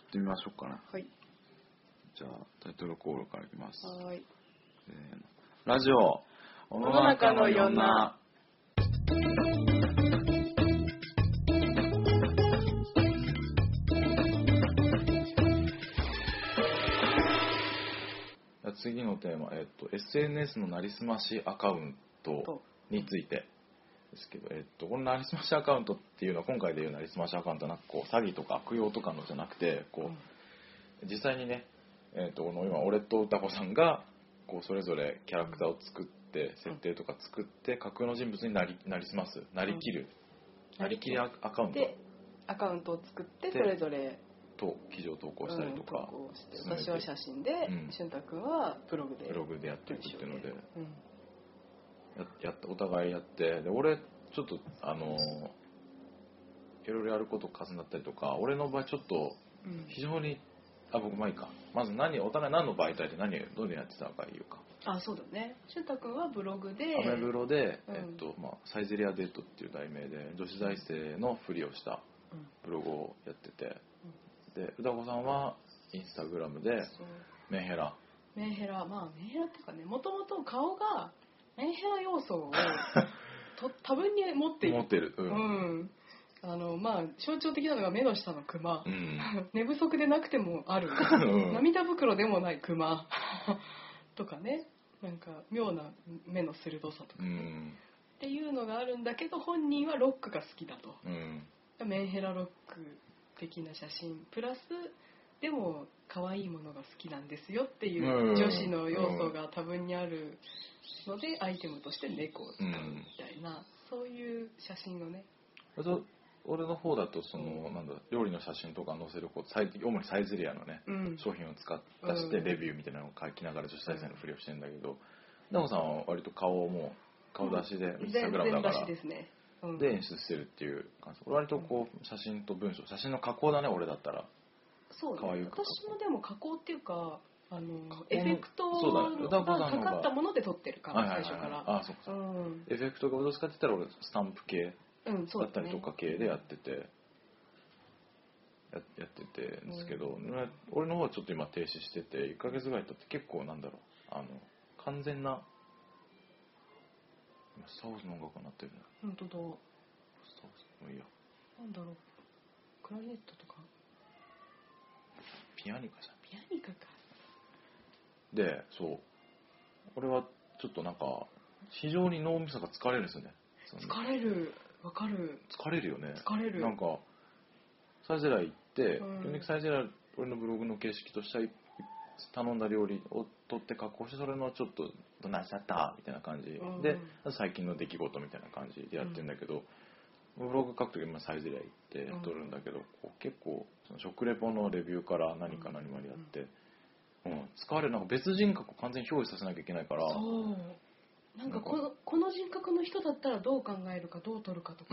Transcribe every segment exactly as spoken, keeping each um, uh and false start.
ってみましょうかね。 はい。 じゃあタイトルコールからいきます。 はい。 せーの。ラジオ世の中のいろんな。 次のテーマ、えっと、エスエヌエス のなりすましアカウントについてですけど、えっと、このなりすましアカウントっていうのは今回でいうなりすましアカウントはなんかこう詐欺とか悪用とかのじゃなくてこう、うん、実際にね、えっと、この今俺と歌子さんがこうそれぞれキャラクターを作って設定とか作って架空の人物になり、なりすますなりきる、うん、なりきりアカウントでアカウントを作ってそれぞれと記事を投稿したりとか、 うん、私は写真で、うん、俊太君はブログでブログでやっていくっていうので、 うん、 や, やってお互いやってで俺ちょっとあのいろいろやること重なったりとか俺の場合ちょっと非常に、うん、あ僕まあいいかまず何お互い何の媒体で何どれやってたのか言うか。 あそうだね。俊太君はブログでアメブロで、うんえっとまあ、サイゼリアデートっていう題名で女子大生のふりをしたブログをやってて、で歌子さんはインスタグラムでメンヘラメンヘラまあメンヘラっていうかねもともと顔がメンヘラ要素をと多分に持っている持ってる、うんうん、あのまあ象徴的なのが目の下のクマ、うん、寝不足でなくてもある、うん、涙袋でもないクマとかねなんか妙な目の鋭さとか、ねうん、っていうのがあるんだけど本人はロックが好きだと、うん、メンヘラロック的な写真プラスでも可愛いものが好きなんですよっていう女子の要素が多分にあるのでアイテムとして猫を使うみたいな、うん、そういう写真をね俺の方だとその、うん、なんだ料理の写真とか載せること主にサイゼリアのね、うん、商品を使ったしてレビューみたいなのを書きながら女子大生のふりをしてるんだけどダコさんは割と顔をもう顔出しで、うん、インスタグラムだから全出しですねうん、 で演出してるっていう感じ。割とこう写真と文章写真の加工だね俺だったらそうね私もでも加工っていうかあのエフェクトがかかったもので撮ってるから最初からあそうか、うん、エフェクトがどう使ってたら俺スタンプ系だったりとか系でやってて、うんや, やっててんですけど、うん、俺の方はちょっと今停止してていっかげつぐらい経って結構なんだろうあの完全なスターウォーズの音楽になってるね。 本当だ。 スターウォーズもういいや。 なんだろう。クラリネットとか。 ピアニカじゃん。 ピアニカか。 で、そう。俺はちょっとなんか非常に脳みそが疲れるんですよね。 疲れる。わかる。 疲れるよね。 疲れる。 なんかサイゼリヤ行って、基本的にサイゼリヤ俺のブログの形式としては頼んだ料理を取って加工してそれのちょっとどないしちゃったみたいな感じで、うん、最近の出来事みたいな感じでやってるんだけど、うん、ブログ書くとき今サイゼリヤ行って撮るんだけど、うん、こう結構その食レポのレビューから何か何までやって、うんうん、疲れるなんか別人格を完全に表示させなきゃいけないからそうなんかこの、この人格の人だったらどう考えるかどう撮るかとか、うん、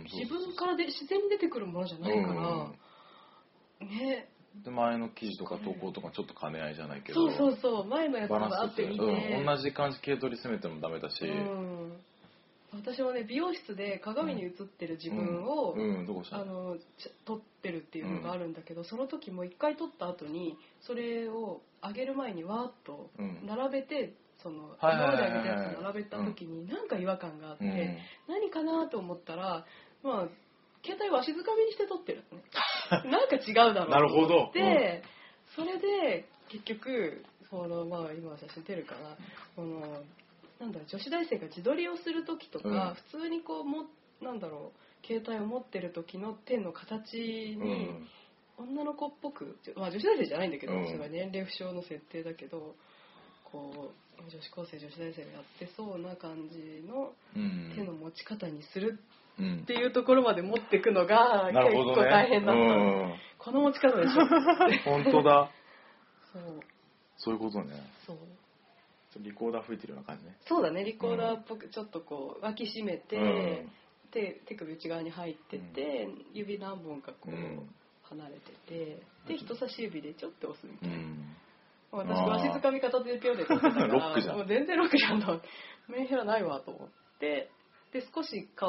自分からで自然に出てくるものじゃないから、うん、ねで前の記事とか投稿とかちょっと兼ね合いじゃないけどそうそうそう前のやつがあってみて、 うん、同じ感じ系取り攻めてもダメだし、うん、 私もね美容室で鏡に映ってる自分を、うんうん、どこあの撮ってるっていうのがあるんだけど、うん、その時も一回撮った後にそれを上げる前にわーっと並べて、その今まで上げたやつを並べた時になんか違和感があって、うん、何かなと思ったらまあ携帯をわしづかみにして撮ってるのねなんか違うだろうと思って、うん、それで結局その、まあ、今写真出るかなこのなんだろう女子大生が自撮りをする時とか、うん、普通にこうもなんだろう携帯を持ってる時の手の形に、うん、女の子っぽく、まあ、女子大生じゃないんだけど、うん、それは年齢不詳の設定だけどこう女子高生女子大生がやってそうな感じの手の持ち方にするっていうところまで持っていくのが結構大変だった、うん、この持ち方でしょ本当だそうそういうことねそうリコーダー吹いてるような感じねそうだねリコーダーっぽくちょっとこう脇締めて、うん、手, 手首内側に入ってて、うん、指何本かこう、うん、離れててで人差し指でちょっと押すみたいな、うん私わしづかみ片手でピョンで撮ってたからロックじゃんもう全然ロックじゃんとメンヘラないわと思ってで少し顔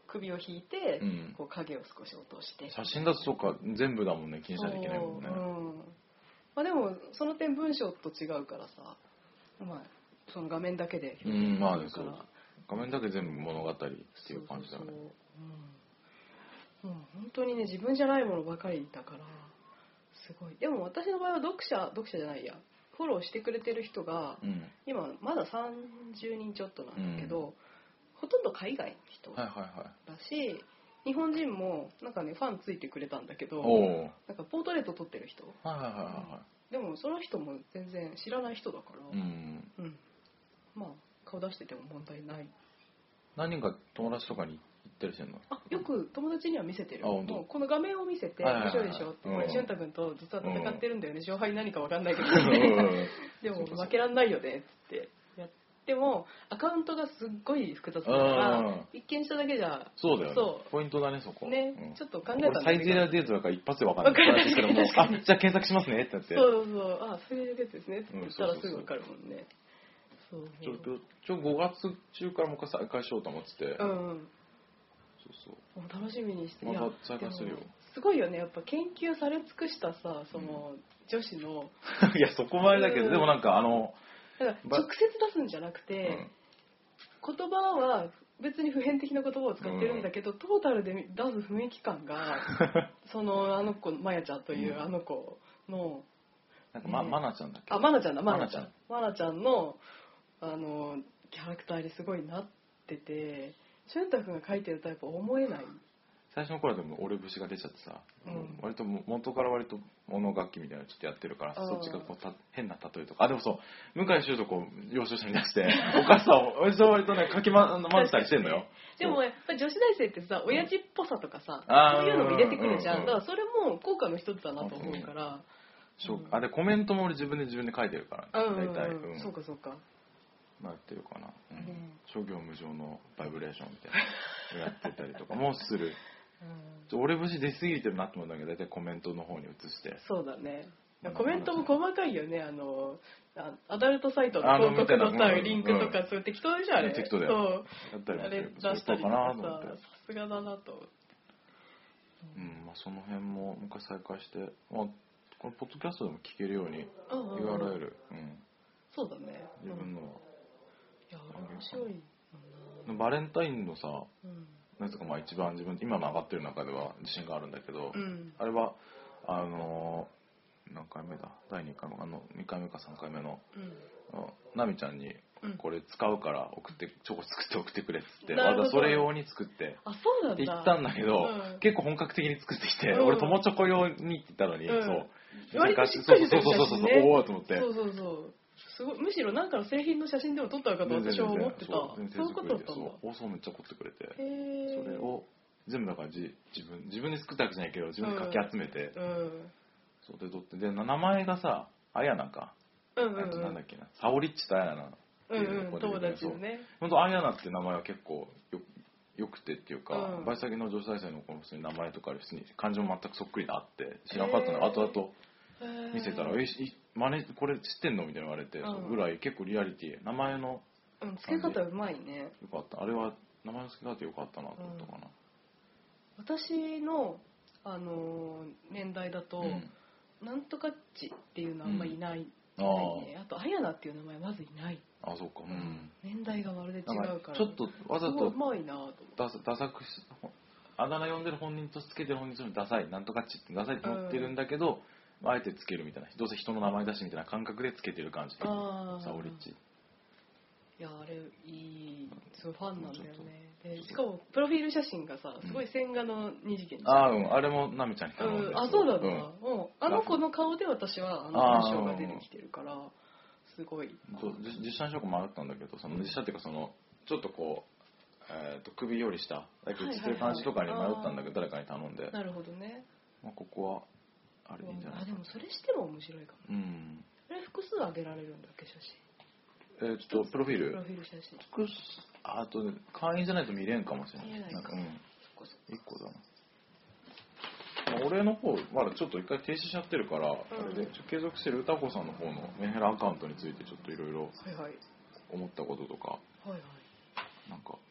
首を引いて、 うん、 こう影を少し落として。 写真だとそうか全部だもんね、気にしなきゃいけないもんね。 うん、まあ、でもその点文章と違うからさ、まあ、その画面だけで表現できるから、うん、まあ、そう画面だけ全部物語っていう感じだね。そうそうそう、うん、もう本当にね自分じゃないものばかりだからすごい。でも私の場合は読者読者じゃないやフォローしてくれてる人が、うん、今まださんじゅうにんちょっとなんだけど、うん、ほとんど海外の人だし、はいはいはい、日本人もなんかねファンついてくれたんだけど、なんかポートレート撮ってる人、はいはいはいはい、でもその人も全然知らない人だから、うんうん、まあ顔出してても問題ない。 何人か友達とかに言ったりしてんの？ あ、よく友達には見せてる。もうこの画面を見せて面白いでしょって、これ俊太君と実は戦ってるんだよね、勝敗何か分かんないけどでも負けらんないよねっつってやっても、アカウントがすっごい複雑だから一見しただけじゃ、 そうだよね、そうポイントだねそこね、 うん、ちょっと考えたんだけど、 サイゼリヤデートだから一発で分かんないですけども、あ、じゃあ検索しますねってなって、 そうそう、あ、サイゼリヤデートですねって言ったらすぐ分かるもんね。そうそう、 ちょっとちょごがつ中からもう一回再開しようと思ってて、うん、 そうそう、楽しみにして、 また再開するよ。 すごいよね、やっぱ研究され尽くしたさ、その、うん、女子のいやそこまでだけど、うん、でもなんかあのだから直接出すんじゃなくて、うん、言葉は別に普遍的な言葉を使ってるんだけど、うん、トータルで出す雰囲気感がそのあの子まやちゃんというあの子の、 なんかま、ね、マナちゃんだっけ？ あ、マナちゃんだ、マナちゃん。マナちゃんのあのキャラクターにすごいなってて、俊太君が描いてるとやっぱ思えない。 最初の頃はでも俺節が出ちゃってさ、うん、割と元から割と物楽器みたいなのちょっとやってるから、そっちがこうた変な例えとか、あでもそう向井秀人こう領収書に出してお母さんを割と割とね書きま混ぜたりしてんのよ。 でもやっぱり女子大生ってさ、親父っぽさとかさ、そういうのも入れてくるじゃん。だからそれも効果の一つだなと思うから。 うんうん、あでコメントも俺自分で自分で書いてるから、ね、大体、 うん、そうかそうか。 まあ、やってるかな、うんうん、諸行無常のバイブレーションみたいなやってたりとかもする、うん、俺節出過ぎてるなと思うんだけど大体コメントの方に移して。 そうだね、コメントも細かいよね。あのアダルトサイトの広告のさリンクとか、うん、そう適当でしょあれ。 適当だよ。そうやったりもあれ出したりとかさ、さすがだなと思って。 うん、まあその辺ももう一回再開して、まあこのポッドキャストでも聞けるように ユーアールエル、うん、 そうだね。 自分のは。 いや面白いな。バレンタインのさ、うん、なんつうかまあ一番自分今の上がってる中では自信があるんだけど、うん、あれはあのー、何回目だだいにかいめあのにかいめかさんかいめの、うん、ナミちゃんにこれ使うから送ってチョコ作って送ってくれっつって、わざそれ用に作ってあそうなんだ言ったんだけど、うん、結構本格的に作ってきて、うん、俺友チョコ用にって言ったのに、うん、そう割としっかりしてる写真ね。 おおと思って。 そうそうそう。すごいむしろなんかの製品の写真でも撮ったのかと私は思ってた。そういうことだったんだ。 放送めっちゃ凝ってくれて、それを全部だからじ自分自分で作ったわけじゃないけど自分でかき集めて、うん、そうで撮ってで名前がさあやなか、うんうんうん、なんだっけなサオリッチとあやなっていうのが、うんうん、友達のね。本当あやなって名前は結構よよくてっていうか、うん、バイ先の女子大生の子の普通に名前とか普通に漢字も全くそっくりであって知らなかったのが後々見せたら「え真似これ知ってんの?」みたいな言われて、うん、そうぐらい結構リアリティ名前の、 うん、付け方うまいね。 よかった。あれは名前の付け方よかったなと思ったかな、うん、 私の、あのー、年代だと、うん、なんとかっちっていうのはあんまりいない、うん、いないね。あとあやなっていう名前まずいない。 あ、そうか、うん、 年代がまるで違うからちょっとわざとうまいなと思ってダサダサくしあだ名呼んでる本人とつけてる本人とダサいなんとかっちってダサいって思ってるんだけど、うん、あえてつけるみたいなどうせ人の名前だしみたいな感覚でつけてる感じ。サオリッチ。 いやあれいいすごいファンなんだよね。でしかもプロフィール写真がさすごい千賀の二次元じゃん。 ああ、うん、あれもナミちゃんに頼んで、 うん、あそうなんだ、うん、あの子の顔で私はあの文章が出てきてるからすごい。 実写の証拠もあったんだけどその実写っていうかそのちょっとこう、えー、と首より下だけどしてる感じとかに迷ったんだけど誰かに頼んで。 なるほどね。 まあ、ここはあれでいいんじゃないかな。 あでもそれしても面白いかも。うん。あれ複数上げられるんだっけ写真。 えー、ちょっとプロフィール。 プロフィール写真。 複数あと、ね、会員じゃないと見れんかもしれない。 見れないか。 なんかうん。一個だな。俺の方まだちょっと一回停止しちゃってるから、うん、あれで継続してる歌子さんの方のメンヘラアカウントについてちょっといろいろ思ったこととか、はいはい、なんか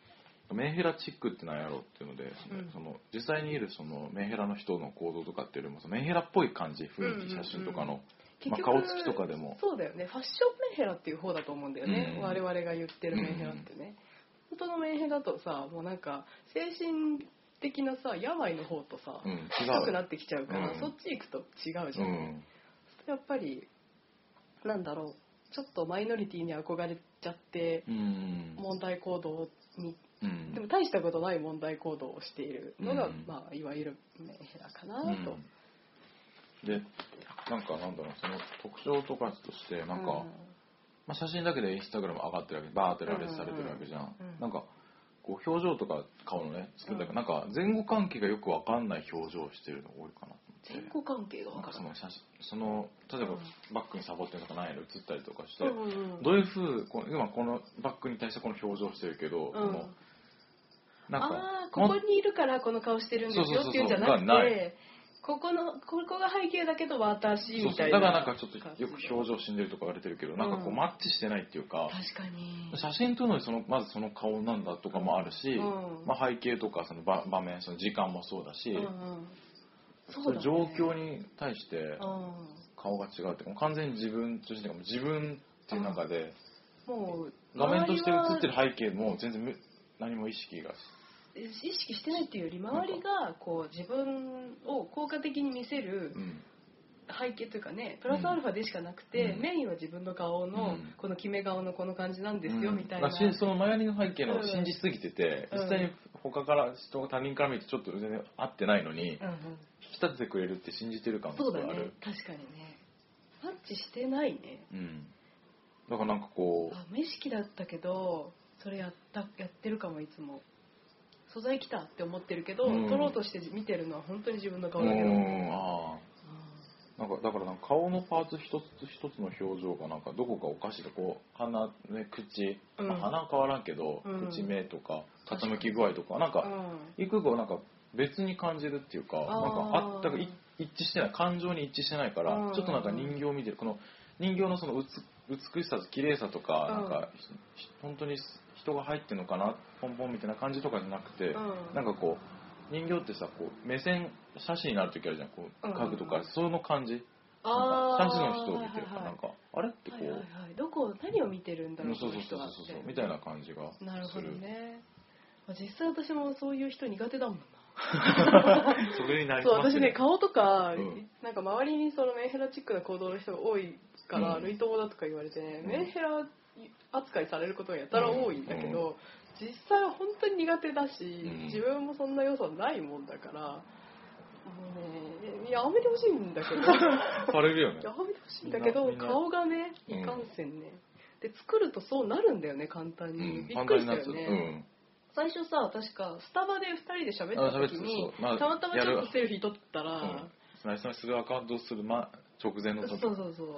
メンヘラチックって何やろうっていうので、うん、その実際にいるそのメンヘラの人の行動とかっていうよりもそのメンヘラっぽい感じ、雰囲気、写真とかの、まあ、顔つきとかでもそうだよね、ファッションメンヘラっていう方だと思うんだよね、うん、我々が言ってるメンヘラってね、うん、本当のメンヘラとさ、もうなんか精神的なさ病の方とさ、うん、近くなってきちゃうから、うん、そっち行くと違うじゃん、うん、やっぱりなんだろう、ちょっとマイノリティに憧れちゃって問題行動に、うん、でも大したことない問題行動をしているのが、うん、まあ、いわゆるメンヘラかなと、うん、 でなんかなんだろう、その特徴とかとしてなんか、うん、まあ、写真だけでインスタグラム上がってるわけ、バーって羅列されてるわけじゃん、うんうん、なんかこう表情とか顔のね作るんだけど、なんか前後関係がよく分かんない表情をしてるのが多いかな。 前後関係が分からない。 その例えばバッグにサボってるとか何やら写ったりとかして、うんうん、どういうふうこの今このバッグに対してこの表情してるけど、うん、このなんかあここにいるからこの顔してるんですよっていうんじゃなくて、ここのここが背景だけど私みたいな。 だからなんかちょっとよく表情死んでるとか言われてるけど、なんかこうマッチしてないっていうか、 確かに写真撮るのにそのまずその顔なんだとかもあるし、うん、まあ、背景とかその 場, 場面その時間もそうだし、うんうん、そうだね、状況に対して顔が違うって完全に自分として自分っていう中で、うん、もう画面として映ってる背景も全然何も意識が意識してないっていうより周りがこう自分を効果的に見せる背景というかね、プラスアルファでしかなくて、うん、メインは自分の顔のこの決め顔のこの感じなんですよ、うん、みたいな、 その周りの背景の信じすぎてて、うん、実際に他から人他人から見てちょっと全然合ってないのに、うんうん、引き立ててくれるって信じてる感がすごいある。 そうだね、確かにね、マッチしてないね、 うん、だからなんかこうあ無意識だったけどそれやったやってるかも。いつも素材来たって思ってるけど、うん、撮ろうとして見てるのは本当に自分の顔だけど、うん、あなんかだからなんか顔のパーツ一つ一つの表情がなんかどこかおかしいと、こう鼻、ね、口、うん、まあ、鼻は変わらんけど、うん、口目とか傾き具合とかなんか、うん、いく個なんか別に感じるっていうか、なんかあった一致してない、感情に一致してないから、ちょっとなんか人形を見てる、この人形のその美しさと綺麗さとか、なんか本当に人が入ってるのかなポンポンみたいな感じとかじゃなくて、なんかこう人形ってさこう目線写真になる時あるじゃん、こう角度から、その感じ、 あなんか写真の人を見てるか、はいはい、なんかあれってこう、はいはいはい、 どこ何を見てるんだろう、 そうそうそうそうそうみたいな感じがする。 なるほどね。実際私もそういう人苦手だもんな。 それになりますね。そう私ね顔とか、うん、なんか周りにそのメンヘラチックな行動の人が多いから、うん、類友だとか言われてね、うん、メンヘラ扱いされることがやたら多いんだけど、うんうん、実際は本当に苦手だし、うん、自分もそんな要素ないもんだから、もうねやめてほしいんだけどされるよね。 やめてほしいんだけど顔がねいかんせんね、うん、で作るとそうなるんだよね、簡単に、うん、びっくりしたよね、うん、最初さ確かスタバでふたりで喋った時に、まあ、たまたまちょっとセルフィー撮ったら、うん、 スナイスするアカウントをする、ま、直前の時、 そうそうそう、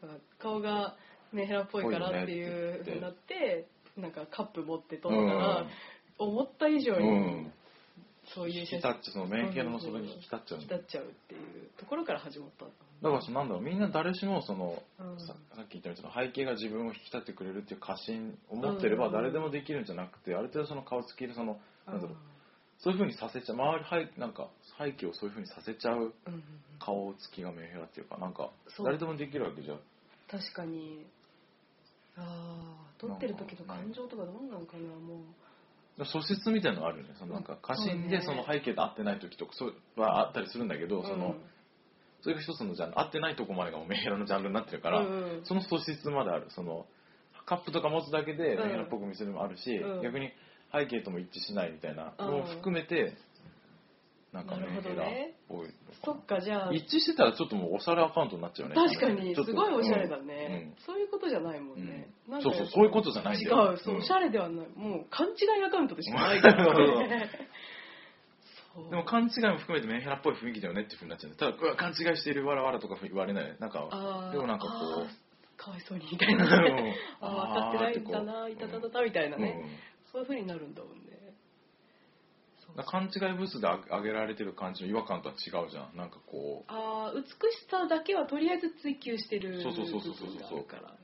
なんか顔がメンヘラっぽいからっていう風になって、なんかカップ持って撮ったら、うん、思った以上に、うん、そういう写真そのメンヘラのそれに引き立っちゃう引き立っちゃうっていうところから始まった。 だからそのなんだろう、みんな誰しもその、うん、さ, さっき言ったようにその背景が自分を引き立ててくれるっていう過信を持ってれば誰でもできるんじゃなくて、ある程度その顔つきでそのなんだろう、そういう風にさせちゃう、周りなんか背景をそういう風にさせちゃう顔つきがメンヘラっていうか、なんか誰でもできるわけじゃん。 確かに。ああ、撮ってる時の感情とかどうなんかな、もう素質みたいなのがあるよね。そのなんか過信でその背景と合ってない時とかそうはあったりするんだけど、うん、そのそれが一つのジャンル、合ってないとこまでがもうメンヘラのジャンルになってるから、うん、その素質まである。そのカップとか持つだけでメンヘラっぽく見せるのもあるし、うん、逆に背景とも一致しないみたいなのを含めて、なんかメンヘラっぽい。 そっか、じゃあ一致してたらちょっともうおしゃれアカウントになっちゃうね。 確かにすごいおしゃれだね、うん、そういうことじゃないもんね、 うん、なんかそうそう、そういうことじゃないんだよ。 違う、そう、おしゃれではない、もう勘違いアカウントでしかないからねでも勘違いも含めてメンヘラっぽい雰囲気だよねっていう風になっちゃうんで、ただうわ勘違いしているわらわらとか言われない、なんかでもなんかこうかわいそうにみたいなああ分かってないんだな、いたたたたみたいなね、うん、そういう風になるんだもんね。 勘違いブスで挙げられてる感じの違和感とは違うじゃん。なんかこうあ美しさだけはとりあえず追求してるそうそうそうそうそうそうから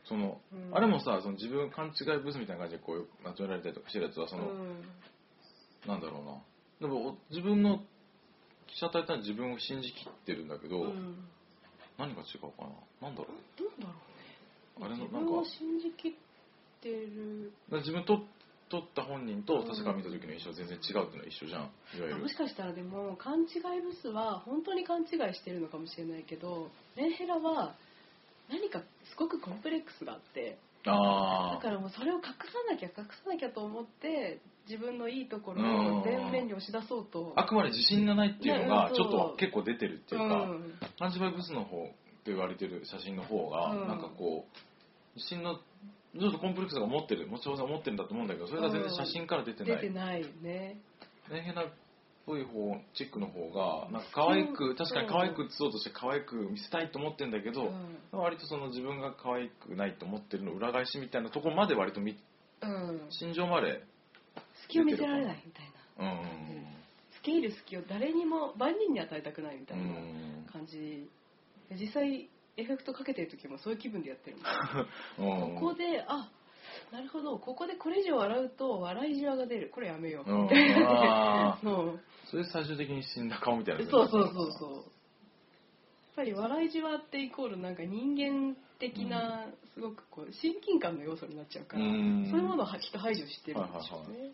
その、うん、あれもさ、その自分勘違いブスみたいな感じでこうまとめられたりとかしてるやつはその、うん、なんだろうな、でも自分の被写体って自分を信じきってるんだけど、うん、何が違うかな、なんだろう、 なんだろうね、あれのなんか自分を信じきってる、 自分と撮った本人と確か見た時の印象全然違うっていうのは一緒じゃん、いわゆる。 もしかしたらでも勘違いブスは本当に勘違いしてるのかもしれないけど、メンヘラは何かすごくコンプレックスがあって、あだからもうそれを隠さなきゃ隠さなきゃと思って自分のいいところを前面に押し出そうと、 あくまで自信がないっていうのがちょっと結構出てるっていうか、勘違いブスの方と言われてる写真の方がなんかこう自信のちょっとコンプレックスが持ってる、もちろん持ってるんだと思うんだけど、それが全然写真から出てない。 出てないね。 メンヘラっぽい方、チックの方がなんか可愛く、確かに可愛く写そうとして可愛く見せたいと思ってるんだけど、うん、割とその自分が可愛くないと思ってるの裏返しみたいなところまで割とみ、うん、心情まで隙を見せられないみたいな。うん、付け入る隙を誰にも万人に与えたくないみたいな感じ。実際エフェクトかけてる時もそういう気分でやってるもんここで、あ、なるほど、ここでこれ以上笑うと笑いじわが出る、これやめようみたいな。 それで最終的に死んだ顔みたいな。 そうそうそうそう。やっぱり笑いじわってイコールなんか人間的なすごくこう親近感の要素になっちゃうから、うん、そういうものをきっと排除してるんでしょうね。はいはいはい、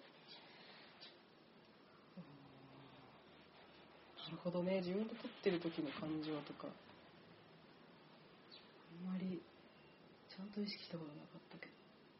なるほどね、自分で撮ってる時の感情とか。あんまりちゃんと意識したことなかったけ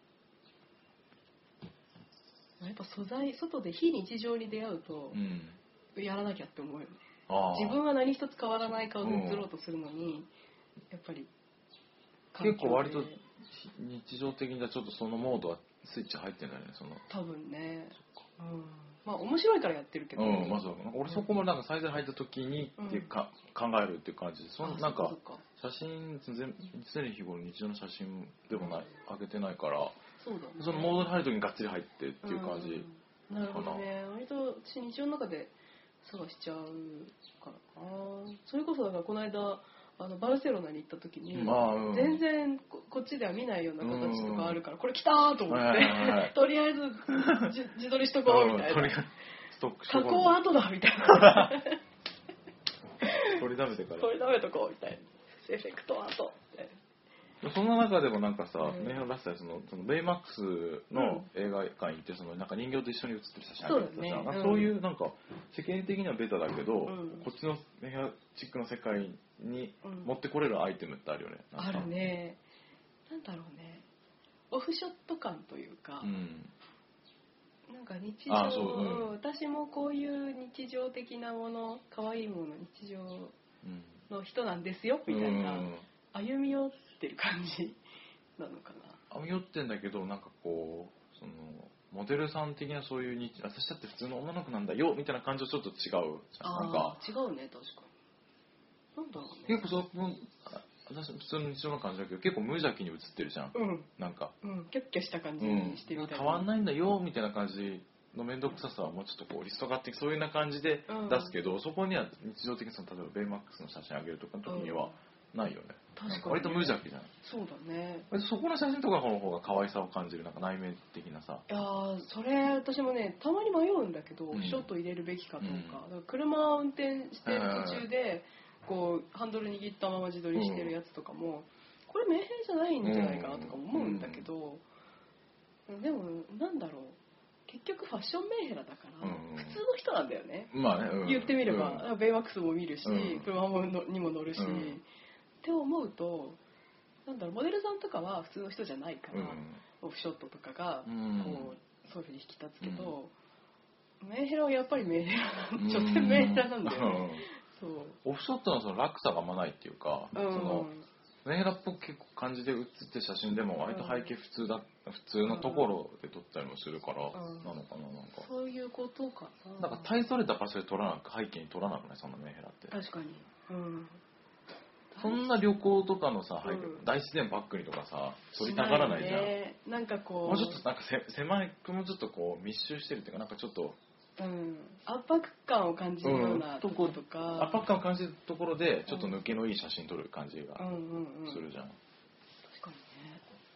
ど、やっぱ素材、外で非日常に出会うと、うん、やらなきゃって思うよね。自分は何一つ変わらない顔で映ろうとするのに、うん、やっぱり結構割と日常的にはちょっとそのモードはスイッチ入ってんだよね、その多分ね。うん、まあ面白いからやってるけど、 うんまあ、そう俺そこもなんか最初入った時にっていうか、うん、考えるっていう感じで、そのなんか写真常に日頃日常の写真でもない、うん、上げてないから、 そうだね、 そのモードに入る時にがっつり入ってっていう感じかな。うん、なるほどね。割と私日常の中で探しちゃうからかな。それこそだからこの間あのバルセロナに行った時に、まあうん、全然 こ, こっちでは見ないような形とかあるから、うん、これ来たーと思って、はいはいはい、とりあえず自撮りしとこうみたいな、加工は後だみたいな撮りだめてから撮りだめとこうみたいな、エフェクトは後みたいな。 そんな中でもなんかさ、メンヘラらしさそのそのベイマックスの映画館行ってそのなんか人形と一緒に写ってる写真あるけどさ、そう、ね、そういうなんか世間的にはベタだけど、うん、こっちのメンヘラチックの世界に持ってこれるアイテムってあるよね。 うん、あるね。なんだろうね。オフショット感というか、うん、なんか日常、うん、私もこういう日常的なもの、可愛いもの、日常の人なんですよみたいな、歩み寄ってる感じなのかな。 歩み寄ってんだけど、なんかこうそのモデルさん的なそういう日私だって普通の女の子なんだよみたいな感じとちょっと違う。 なんか違うね、確かに。なんだろうね。結構その私普通の日常の感じだけど結構無邪気に映ってるじゃん。うん、なんか、 うん、キャッキャした感じにしてみたいな、 うん、変わんないんだよみたいな感じの面倒くささはもうちょっとこうリストがあってそういうような感じで出すけど、うん、そこには日常的にその例えばベイマックスの写真あげるとかの時にはないよね。 確かにね、 割と無邪気じゃん。 そうだね。 そこの写真とかの方が可愛さを感じる、なんか内面的なさ。 いやそれ私もねたまに迷うんだけど、うん、ショット入れるべきかどうか、うん、車を運転してる途中でこうハンドル握ったまま自撮りしてるやつとかも、うん、これメンヘラじゃないんじゃないかなとか思うんだけど、うん、でもなんだろう、結局ファッションメンヘラだから、うん、普通の人なんだよね。まあね、うん、言ってみれば、うん、ベイマックスも見るし、うん、車ものにも乗るし、うん、って思うと、なんだろう、モデルさんとかは普通の人じゃないから、うん、オフショットとかがこう、うん、そういうふうに引き立つけど、うん、メンヘラはやっぱりメンヘラ、女性メンヘラなんだよね。 うん、そうオフショットのその落差があんまないっていうか、うん、そのメンヘラっぽく結構感じで写ってる写真でも割と背景普通だ、うん、普通のところで撮ったりもするから、うん、なのかな、なんかそういうことかな。なんか大それた場所で撮らなく背景に撮らなくない、そんなメンヘラって。 確かに、うん、 そんな旅行とかのさ、うん、大自然バックにとかさ撮りたがらないじゃん。ね、 なんかこうもうちょっとなんかせ狭いもうちょっとこう密集してるっていうか、なんかちょっとうん、圧迫感を感じるようなところとか、うん、 圧迫感を感じるところでちょっと抜けのいい写真撮る感じがするじゃん、うんうんうんうん、 確かにね。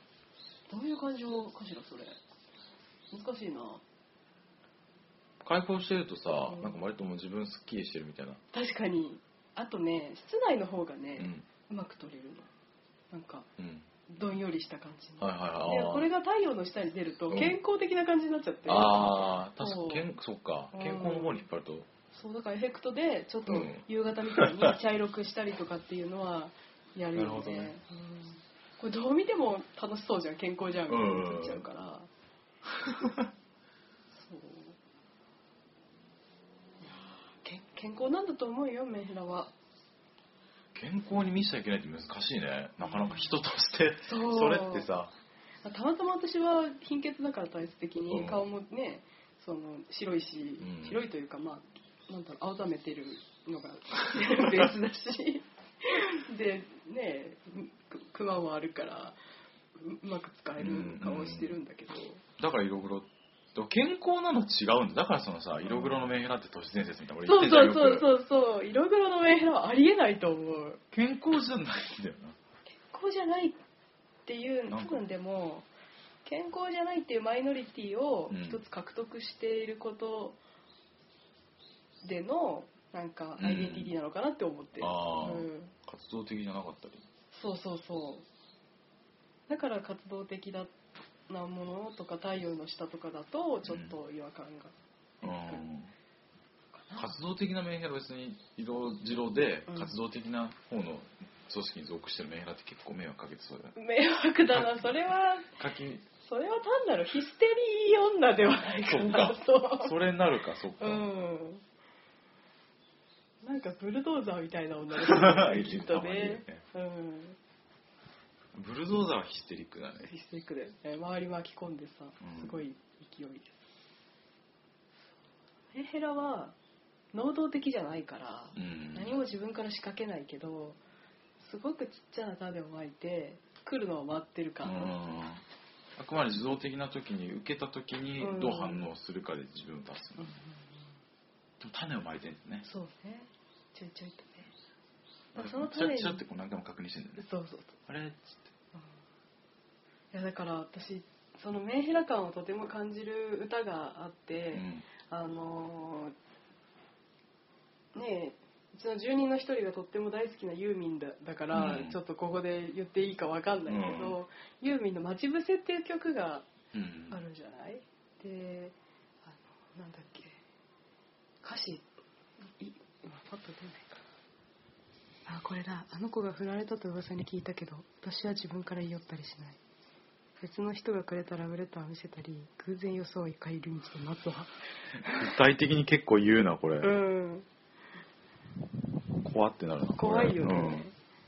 どういう感情かしらそれ。難しいな。 開放してるとさ、うん、なんか割ともう自分すっきりしてるみたいな。 確かに。あとね、室内の方がね、うん、うまく撮れるの。なんか、うん、どんよりした感じに。はいはいはい。いや、これが太陽の下に出ると健康的な感じになっちゃって。うん、 ああ、確かに健、そっか。健康の方に引っ張ると。 そう、だからエフェクトでちょっと夕方みたいに茶色くしたりとかっていうのはやるので、ね、うん、これどう見ても楽しそうじゃん、健康じゃんみたいになっちゃうから。そうけ健康なんだと思うよ、メンヘラは。 健康に見せちゃいけないって難しいね。なかなか人としてそれってさ、 たまたま私は貧血だから体質的に顔もね、その白いし、うん、白いというかまあなんだろう、青ざめてるのがベースだしでね、クマもあるからうまく使える顔をしてるんだけど、うんうん、 だから色黒健康なの違うんだ。だからそのさ、色黒のメンヘラって都市伝説みたいな俺言ってたよ。 そうそうそうそう、色黒のメンヘラはありえないと思う。 健康じゃないんだよな。 健康じゃないっていう多分でも健康じゃないっていうマイノリティを一つ獲得していることでのなんかアイデンティティなのかなって思ってる。うん、 あ、うん、活動的じゃなかったり。 そうそうそう。だから活動的だなものとか太陽の下とかだとちょっと違和感が、うん、 活動的なメンヘラは別に色白で活動的な方の組織に属してるメンヘラって結構迷惑かけてそうだね。 迷惑だな。それは書きそれは単なるヒステリー女ではないかなと。 それになるか。そっか、うん 、なんかブルドーザーみたいな女の子がきっとね、うん、 ブルドーザーはヒステリックだね。 ヒステリックで、ね、周り巻き込んでさ、すごい勢いで。メンヘラは能動的じゃないから、うん、何も自分から仕掛けないけど、すごくちっちゃな種をまいて来るのを待ってるから。うん、 あくまで自動的な時に受けた時にどう反応するかで自分を出す、うん、でも種をまいてるんですね。 そうね、ちょいちょいとね。 その種にちょっとこう何回も確認してるんだよね。 そうそうそう。 あれっつって、 うん、いやだから私そのメンヘラ感をとても感じる歌があって、うん、あのー、ねえ、うちの住人の一人がとっても大好きなユーミンだ、だから、うん、ちょっとここで言っていいかわかんないけど、うん、ユーミンの待ち伏せっていう曲があるじゃない、うん、で、あのなんだっけ、歌詞い今パッと出ないかなあ、これだ、あの子が振られたと噂に聞いたけど私は自分から言い寄ったりしない、別の人がくれたラブレターを見せたり偶然装い帰り道で待つわ。 具体的に結構言うなこれ。 うん、 怖ってなるな。 怖いよね、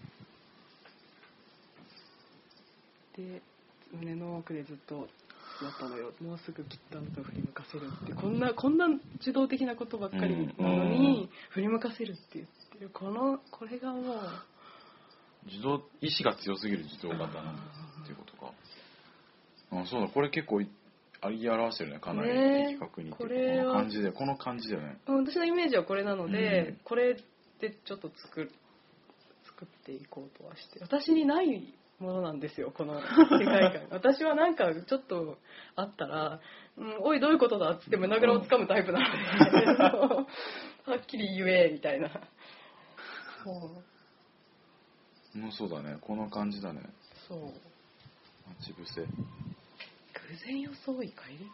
うん、で胸の奥でずっとだったのよ、もうすぐきっとあなたを振り向かせるって、こんなこんな受動的なことばっかりなのに、うん、振り向かせるって言ってる、このこれがもう受動意志が強すぎる受動型なんだっていうことか。あ、そうだ、これ結構あり表してるね、かなり的確に、ね、これこの感じでこの感じだよね。 私のイメージはこれなので、うん、これでちょっと作る作っていこうとはして、私にないものなんですよこの世界観。私はなんかちょっとあったら、うん、おいどういうことだっつって胸ぐらをつかむタイプなので、うん、はっきり言えみたいな。 そうもうそうだね、この感じだね。 そう、 待ち伏せ、 偶然装い帰り道で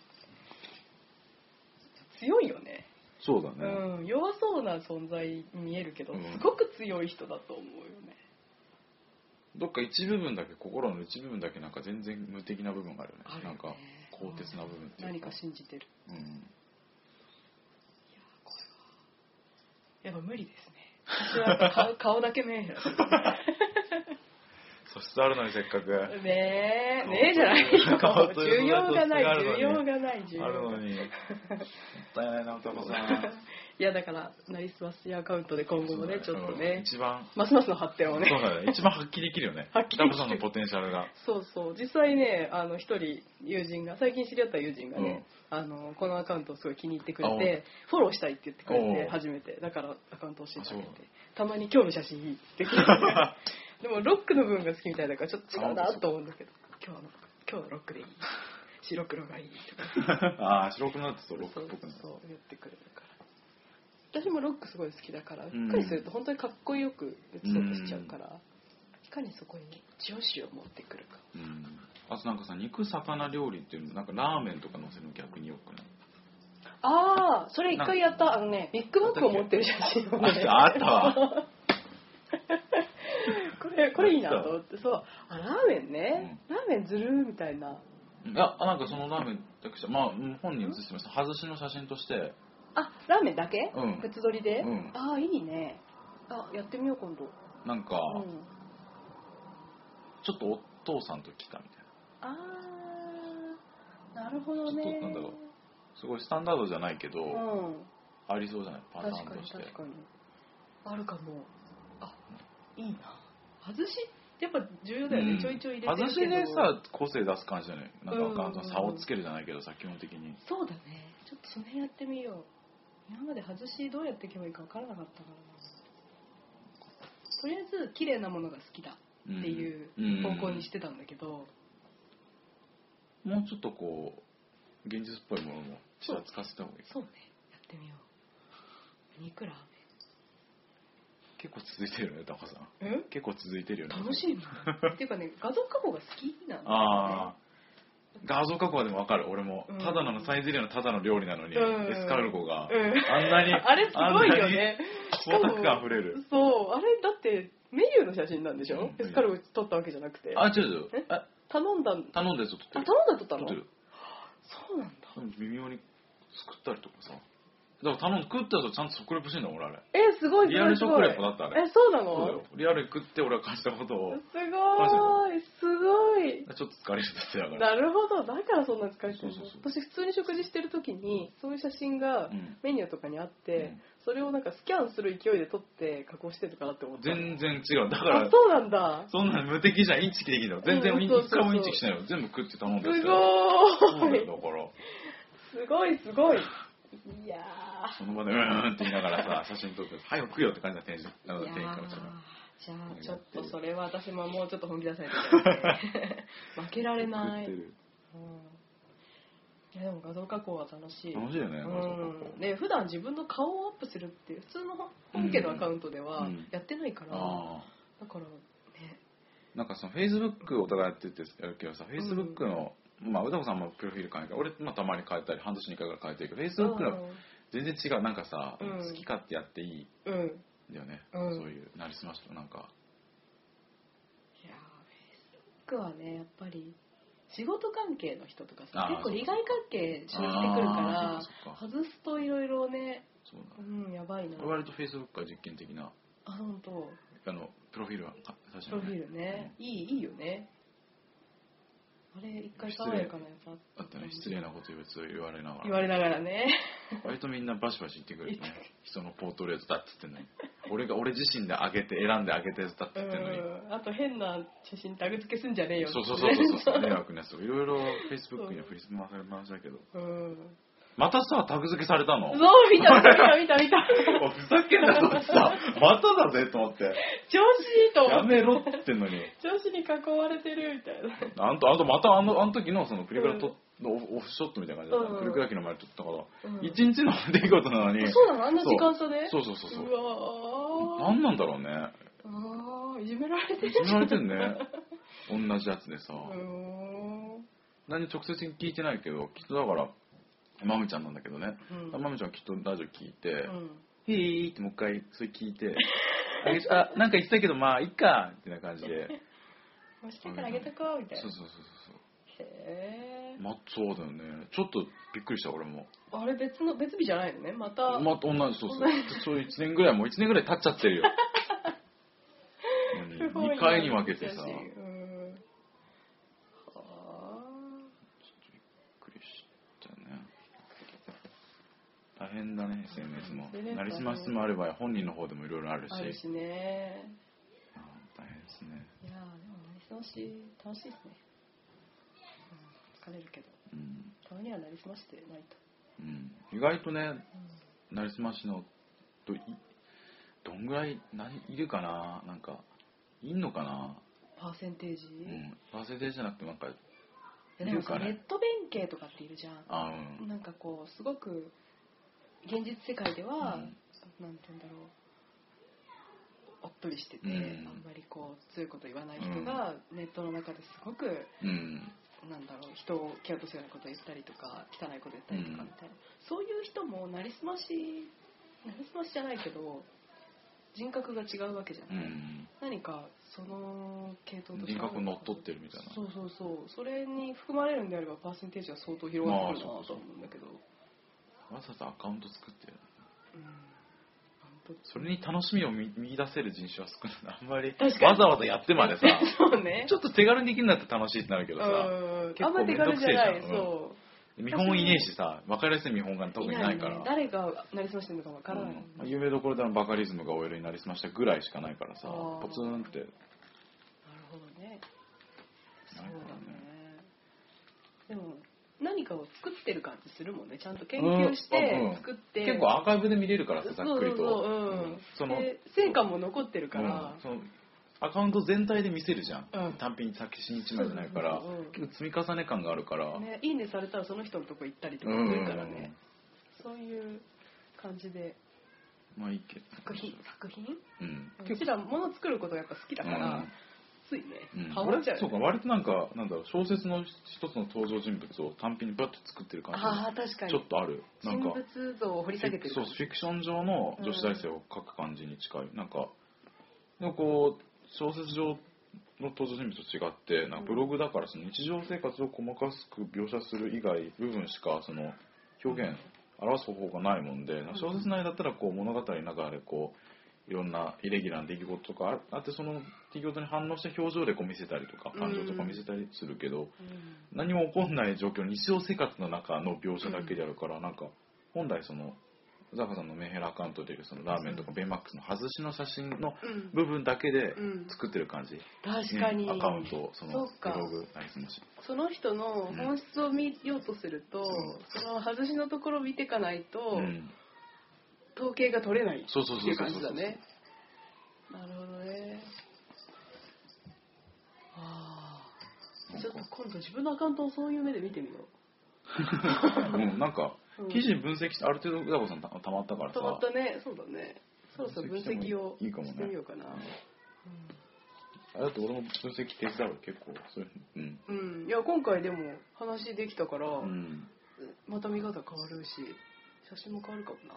強いよね。 そうだね、 うん、弱そうな存在に見えるけど、うん、すごく強い人だと思うよね。 どっか一部分だけ、心の一部分だけなんか全然無敵な部分があるよね。あるよね、なんか鋼鉄な部分っていうか、 何か信じてる。うん、いやこれはやっぱ無理ですね。私は顔, 顔だけメンヘラ。 素質あるのにせっかく。 ねえ、ねえじゃないよ。需要がない、需要がない、需要あるのに。もったいないな、男さん。 いやだからなりすましアカウントで今後もね、ちょっとね、 一番ますますの発展をね。 そうだね。一番発揮できるよね。 発揮できる。 ダブさんのポテンシャルが。 そうそう。実際ね、あの一人友人が、最近知り合った友人がね、うん、あのこのアカウントをすごい気に入ってくれて、フォローしたいって言ってくれて初めて、だからアカウント教えてあげて、たまに今日の写真できる。でもロックの部分が好きみたいだからちょっと違うなと思うんだけど、今日は今日のロックでいい白黒がいいとかああ白黒だとロックっぽくなる。 そうそう言ってくれるから。私もロックすごい好きだから、うっかりすると本当にかっこよく映そうとしちゃうから、うん、いかにそこに女子を持ってくるか。 うん、あとなんかさ肉魚料理っていうのなんかラーメンとか乗せるの逆によくない？ ああそれ一回やった。あのねビッグマックを持ってる写真をねあったわこれこれいいなと思って。そうあラーメンね、うん、ラーメンずるみたいな。 いやなんかそのラーメンだけじゃまあ本に写してました。外しの写真としてあラーメンだけ、 うん、 別撮りで、 うん、 ああいいね。あやってみよう今度。 なんか、うん、ちょっとお父さんと来たみたいな。ああなるほどね。 ちょっとなんだろうすごいスタンダードじゃないけど、うん、ありそうじゃないパターンとして。 確かに確かにあるかも。あいいな。外しやっぱ重要だよね、うん、ちょいちょい入れてるけど外しでさ個性出す感じじゃないなんか、うんうん、差をつけるじゃないけどさ基本的に。 そうだねちょっとその辺やってみよう。今まで外しどうやっていけばいいか分からなかったからな。とりあえず綺麗なものが好きだっていう方向にしてたんだけど、 うんうん、もうちょっとこう現実っぽいものもちらつかせた方がいい。 そうねやってみよう。肉ラーメン結構続いてるよねタカさん。 え結構続いてるよね。 楽しいのっていうかね画像加工が好きなんだよね。 あ画像加工はでも分かる俺も、うん、ただのサイゼリヤのただの料理なのに、うん、エスカルゴが、うん、あんなにあれすごいよね。 光沢感あふれる。 そうあれだってメニューの写真なんでしょ、うん、エスカルゴ撮ったわけじゃなくて。 あ違う違うえ頼んだ頼んだやつを撮ってる。 あ頼んだ撮ったの。 撮ってる。 そうなんだ。 微妙に作ったりとかさだから頼んで食ったやつちゃんと食レポしてんだ俺あれ。 えすごいすごいリアル食レポだったあれ。 えそうなの。 そうだよリアル食って俺が感じたことを。 すごいすごい。 ちょっと疲れるんですよ。 なるほどだからそんな疲れてるの。私普通に食事してる時にそういう写真がメニューとかにあって、うん、それをなんかスキャンする勢いで撮って加工してるかなって思った。 全然違うだからあそうなんだ。 そんな無敵じゃんインチキできるの全然一回もインチキしないの全部食って頼んでる。 すごい。だからすごいすごい。いやその場でうーんって言いながらさ写真撮って早く食うよって感じの店員からしたら。 じゃあちょっとそれは私ももうちょっと本気出さないといけない、ね、負けられない、うん、いやでも画像加工は楽しい。 楽しいよね、 うん、で普段自分の顔をアップするっていう普通の本家のアカウントではやってないから、うんうん、だからねなんかそのフェイスブックお互いやっててやるけどさフェイスブックの、うん、まあ歌子さんもプロフィール変えた俺、まあ、たまに変えたり半年にいっかいぐらい変えてるけどフェイスブックの全然違うなんかさ、うん、好き勝手やっていい、うんだよね、うん、そういうなりすましとなんかいやフェイスブックはねやっぱり仕事関係の人とかさ結構利害関係生じてくるから外すといろいろねそうだ、うん、やばいな。 割とフェイスブックは実験的なあ本当あのプロフィールは写真、ね、プロフィールね、うん、いいいいよねあれ一回爽やかなやつあったあったね失礼なこと言われながら言われながらね割とみんなバシバシ言ってくれるね人のポートレートだっつってんのに俺が俺自身で上げて選んで上げたやつだっつってんのにあと変な写真タグ付けすんじゃねえよそうそうそうそうそう迷惑なやついろいろフェイスブックには振り回されましたけどうんまたさタグ付けされたの。 そう見た見た見た見たふざけんなと思ってさまただぜと思って調子いいと思ってやめろって言ってんのに調子に囲われてるみたいなあんとあんとまたあのあの時のそのプリクラと、うん、オフショットみたいな感じだった、うん、プリクラ機の前で撮ったから、うん、一日の出来事なのにそうなのあんな時間差でそうそうそうそううわ何なんだろうねああいじめられてるいじめられてんね同じやつでさ何直接聞いてないけどきっとだからまむちゃんなんだけどね、うん、まむちゃんはきっとラジオ聞いて、うん、へーってもう一回それ聞いてあなんか言ってたけどまあいいかってな感じでもうしたからあげとこうみたいなそうそうそうそうへーまあそうだよねちょっとびっくりした俺もあれ別の別日じゃないのねまたまた同じそうそうそういちねんぐらいもういちねんぐらい経っちゃってるよにかいに分けてさ大変だね エスエヌエス もなりすましもあれば本人の方でもいろいろあるしあるしねあ大変ですねいやでもなりすまし楽しいですね、うん、疲れるけど、うん、たまにはなりすましてないと、 うん、意外とね、うん、なりすましのどどんぐらい何いるかななんかいんのかなパーセンテージ、 うん、パーセンテージじゃなくてなんかでもさ、ネット弁慶とかっているじゃん。 あ、うん、 なんかこうすごく現実世界では、うん、なんて言うんだろう、おっとりしてて、うん、あんまりこう強いこと言わない人が、うん、ネットの中ですごく、うん、なんだろう、人を蹴落とすようなことを言ったりとか汚いこと言ったりとかみたいな、うん、そういう人もなりすましなりすましじゃないけど人格が違うわけじゃない、うん、何かその系統と人格乗っ取ってるみたいな。 そうそうそう、それに含まれるんであればパーセンテージは相当広がってくるなと思うんだけど、 わざわざアカウント作ってる、 うん、 それに楽しみを 見, 見出せる人種は少ない。あんまりわざわざやってまでさそう、ね、 ちょっと手軽にできるんだったら楽しいってなるけどさ、結構めんどくせえじゃん。そう、見本いねえしさ、分かりやすい見本が特にないから、 いない、ね、誰がなりすましてるのか分からない、 うん、有名どころでのバカリズムが オーエル になりすましたぐらいしかないからさ、ポツンって。なるほどね。そうだね。でも何かを作ってる感じするもんね。ちゃんと研究して作って、うんうん、 結構アーカイブで見れるからさ、ざっくりと。 そうそうそう、うん、その成果も残ってるから、 うん、そのアカウント全体で見せるじゃん、うん、単品作品一枚じゃないから、うん、結構積み重ね感があるから、 ね、いいねされたらその人のとこ行ったりとかするからね、うんうん、そういう感じで、 まあいいけど作品作品、 うん、 うちら物作ることがやっぱ好きだから、うん、ついね、ハマっちゃう、ね、そうか、割となんかなんだろう、小説の一つの登場人物を単品にバッと作ってる感じがちょっとある。 なんか人物像を掘り下げてる、 そう、フィクション上の女子大生を描く感じに近い、うん、なんかでもこう小説上の登場人物と違って、なんかブログだからその日常生活を細かく描写する以外部分しかその表現表す方法がないもんで、小説内だったらこう物語の中でこういろんなイレギュラーな出来事とかあってその出来事に反応して表情でこう見せたりとか感情とか見せたりするけど、何も起こんない状況、日常生活の中の描写だけであるから、なんか本来そのザカさんのメンヘラアカウントでいうそのラーメンとかベイマックスの外しの写真の部分だけで作ってる感じ、うん、 確かに、 ね、アカウントそのブログなりすまし、 その人の本質を見ようとすると、うん、その外しのところを見ていかないと、うん、統計が取れないっていう感じだね。なるほどね。ああ、ちょっと今度自分のアカウントをそういう目で見てみよう。 うん、なんか記事に分析してある程度うだこさん た, たまったからさ、 たまったね、そうだね、そろそろ分析をしてみようかな。 あれだと俺も分析手伝う結構そういう、うん、 うん、いや今回でも話できたから、うん、また見方変わるし写真も変わるかもな。い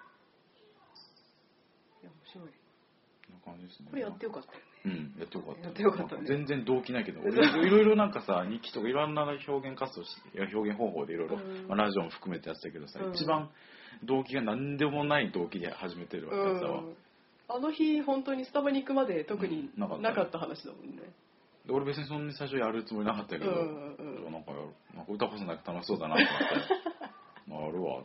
や面白いな感じですね。 これやってよかったよね。 うん、やってよかった。 やってよかったね。 全然動機ないけど、俺いろいろなんかさ、日記とかいろんな表現活動して、表現方法でいろいろ、まあ、ラジオも含めてやってたけどさ、うん、一番動機が何でもない動機で始めてるわけさ、うん、 あの日本当にスタバに行くまで特になかった話だもんね。 で俺別にそんなに最初やるつもりなかったけど、うんうん、なんかやる、なんか歌子さんだけ楽しそうだなと思ってまあやるわって。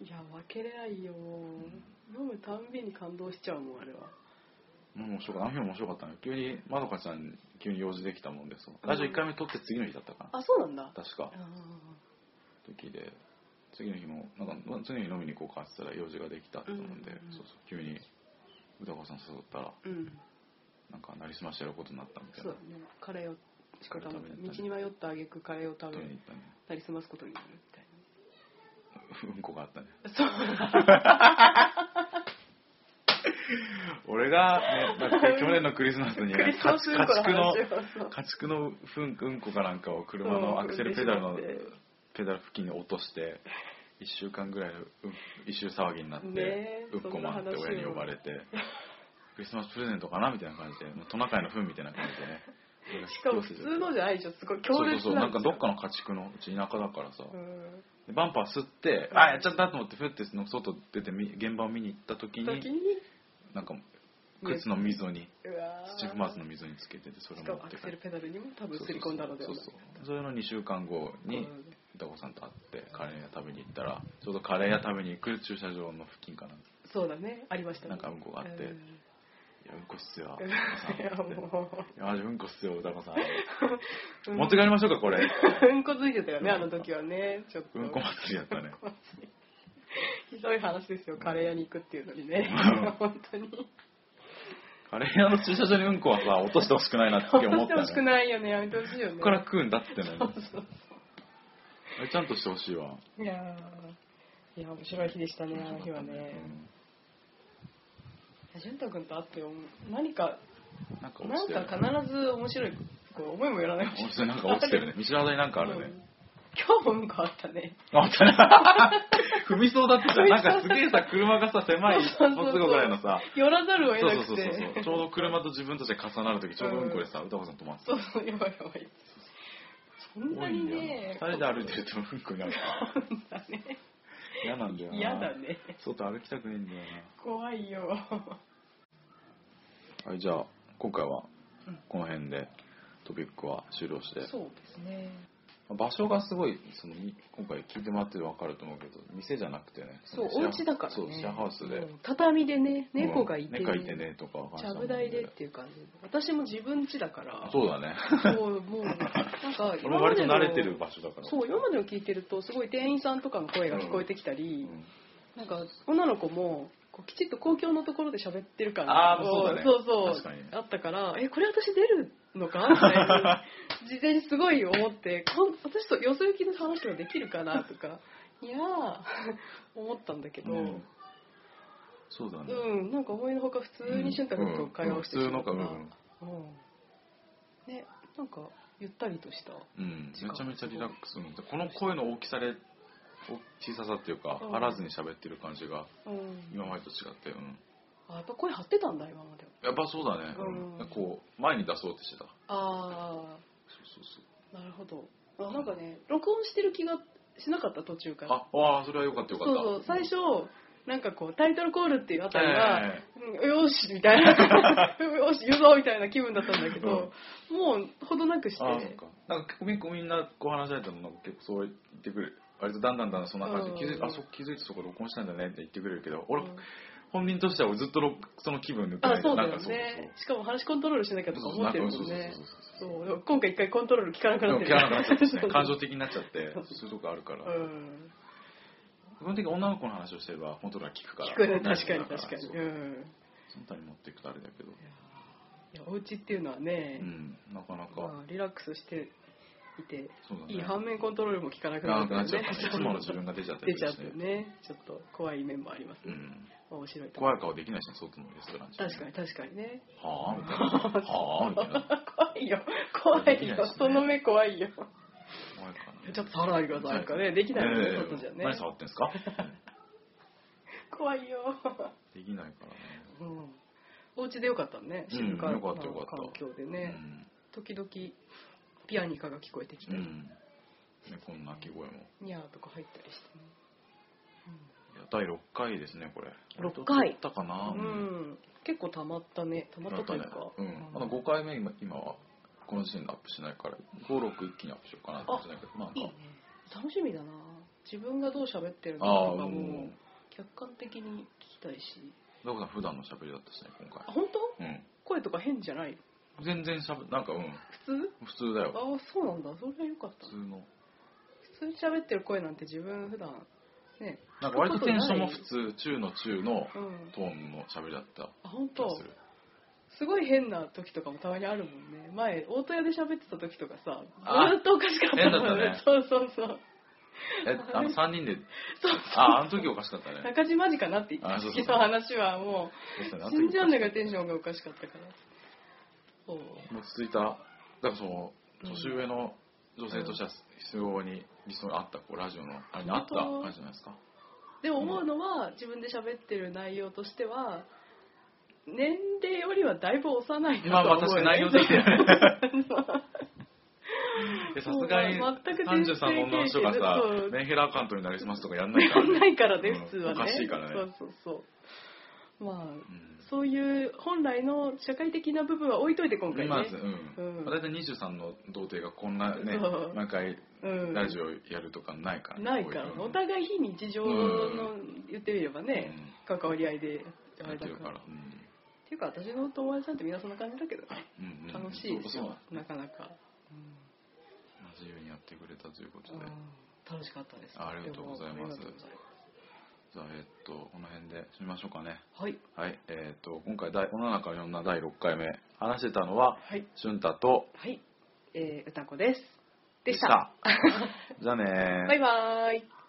いや負けれないよ、うん、飲むたんびに感動しちゃうもんあれは。 面白かった。あの日も面白かったね。急にまどかちゃん急に用事できたもんで、そうラジオいっかいめ撮って次の日だったかな。 あ、そうなんだ。 確か時で次の日もなんか次の日飲みに行こうかって言ったら用事ができたって思うんで、うんうんうん、そうそう急に歌子さん誘ったら、うん、なんかなりすましてやることになったみたいな。 そうだね。カレーを食べた、ね、道に迷った挙句カレーを食べに行ったね。なりすますことになるみたいな。 うんこがあったね。 そう。 俺がね、だって去年のクリスマスに、ね、家畜の家畜のふんうんこかなんかを車のアクセルペダルのペダル付近に落としていっしゅうかんぐらい一周騒ぎになって、ね、うんこマンって親に呼ばれてクリスマスプレゼントかなみたいな感じで、もうトナカイの糞みたいな感じでね。 しかも普通のじゃないでしょ、すごい強烈なんですよ。 そうそうそう、なんかどっかの家畜のうち田舎だからさ、バンパー吸って、あ、やっちゃったと思ってふって外出て現場を見に行った時に、なんか靴の溝に土踏まずの溝につけてて、それを持ってアクセルペダルにも多分すり込んだのではないか。 そうそう、それのにしゅうかんごに歌子さんと会ってカレー屋食べに行ったら、ちょうどカレー屋食べに行く駐車場の付近かな。 そうだね、ありましたね。 なんかうんこがあって、いやうんこっすよいやもういやマジうんこっすよ歌子さん持って帰りましょうかこれ。 うんこついてたよねあの時はね。ちょっとうんこ祭りやったね。 ひどい話ですよ、カレー屋に行くっていうのにね。本当にカカレー屋の駐車場にうんこはさ落としてほしくないなって思ったよね。 落としてほしくないよね、やめてほしいよね。 ここから食うんだってね。 そうそうそう。 あれちゃんとしてほしいわ。 いやー、いや面白い日でしたね、あの日はね。淳太君と会って何かなんかなんか必ず面白いこう思いもよらない面白いなんか落ちてるね。道端になんかあるね。うん今日もうんこあったね。 あったね。踏みそうだったじゃん。なんかすげえさ、車がさ、狭い一歩通ぐらいのさ、 寄らざるを得なくて。 そうそうそうそう。ちょうど車と自分たちで重なるとき、ちょうどうんこでさ、歌子さん止まってた。 そうそう、やばいやばい。そんなにね。 二人で歩いてるとうんこになる。 だね。 嫌なんだよな。 嫌だね。 外歩きたくないんだよな。 怖いよ。 はい、じゃあ、今回はこの辺でトピックは終了して。 そうですね。 場所がすごいその今回聞いてもらってる分かると思うけど店じゃなくてねそうお家だからねそうシェアハウスで、 うん、畳でね猫がいて、 ね、猫いてねとかちゃぶ台でっていう感じで私も自分家だからそうだねそうもうなんか俺も割と慣れてる場所だからそう今までの聞いてるとすごい店員さんとかの声が聞こえてきたり、うんうん、なんか女の子もこうきちっと公共のところで喋ってる感ああそうだねそうそうあったからえこれ私出るのかみたいな事前にすごい思って私とよそ行きの話ができるかなとかいやー思ったんだけど、うん、 そうだねうんなんか思いのほか普通に俊太君と会話をしてしまったら、うんうんうん、ねなんかゆったりとした、 うん、めちゃめちゃリラックスのこの声の大きさで小ささっていうか、うん、張らずに喋ってる感じが、うん、今までと違って、うん、 あやっぱ声張ってたんだ今まではやっぱそうだね、うん、こう前に出そうってしてたああそうそうそうなるほどあなんかね録音してる気がしなかった途中からああそれはよかったよかったそうそう最初なんかこうタイトルコールっていうあたりが、えーうん、よしみたいなよし言うぞみたいな気分だったんだけど、うん、もうほどなくしてあそっかなんか結構みんなこう話されたのなんか結構そう言ってくれる割とだんだんだんだんそんな感じで気づいて、あそ気づいてそこ録音したんだねって言ってくれるけど俺、うん、本人としてはずっとその気分抜けないあそうだよねしかも話コントロールしなきゃとか思ってるもんねそう今回一回コントロール効かなくなってる効かなくなっちゃって、ね、感情的になっちゃってそういうとこあるから、うん基本的に女の子の話をしてればコントロールは効くから効くね確かに確かにうんその他に持っていくとあれだけどいやお家っていうのはね、 うん、なかなか、 まあ、リラックスしていて、ね、いい反面コントロールも効かなくなっちゃうねいつもの自分が出ちゃってるし、ね、出ちゃってねちょっと怖い面もありますね、うん、面白い怖い顔できないしね外のレストラン確かに確かにねはあみたいなはあみたいな怖いよ怖いよ、ね、その目怖いよ怖いかなちょっと触らないでくださいとかねできないもんね、外じゃね何触ってんすか怖いよできないからね、 うん、お家でよかったね静かな環境でね、 うん、 時々ピアニカが聞こえてきたり、うんね、こんな鳴き声もニャーとか入ったりしてね、 うん、いやだいろっかいですねこれろっかい撮ったかな、 うん、結構たまったねたまったというか、 ねうん、あのごかいめ今今はこの時点でアップしないからご、ろく一気にアップしようかなってじゃないけどなんかいいね楽しみだな自分がどう喋ってるのかとかも客観的に聞きたいしだから普段の喋りだったしね今回あ本当、 うん、 声とか変じゃない全然しゃべなんかうん普通普通だよあそうなんだそれはよかった普通の普通に喋ってる声なんて自分普段ねなんか割とテンションも普通中の中のトーンの喋りだったあ本当すごい変な時とかもたまにあるもんね前大戸屋で喋ってた時とかさずっとおかしかった変だったねそうそうそうえあのさんにんでそうそうああの時おかしかったね中島時かなって言ってた時の話はもう死んじゃうんだからテンションがおかしかったからそう落ち着いただからその年上の女性としては必要に理想にあったこうラジオのあれにあった感じじゃないですかでも思うのは、うん、自分で喋ってる内容としては年齢よりはだいぶ幼いなと思う、ね、 まあまあ確かに内容的にさすがにさんじゅうさんの女の人がさメンヘラアカウントになりすますとかやんないからねやんないからね普通はね、 うん、おかしいからねそうそうそうまあ、うん、そういう本来の社会的な部分は置いといて今回ねまず、うんうん、だいたいにじゅうさんの童貞がこんなね毎回ラジオやるとかないから、ね、 ないからお互い非日常の言ってみればね、うん、関わり合いであれだから、うんっていうか私の友達なんてみんなそんな感じだけどね、うんうん、楽しいですよなかなか、うん、 自由にやってくれたということで、 楽しかったですありがとうございますじゃあ、えっと、この辺で締めましょうかね。 はい。 はい。えっと、今回、世の中を読んだだいろっかいめ、話してたのは、 はい。 俊太と、 はい。えー、歌子です。でした。 でしたじゃあねー。 バイバーイ。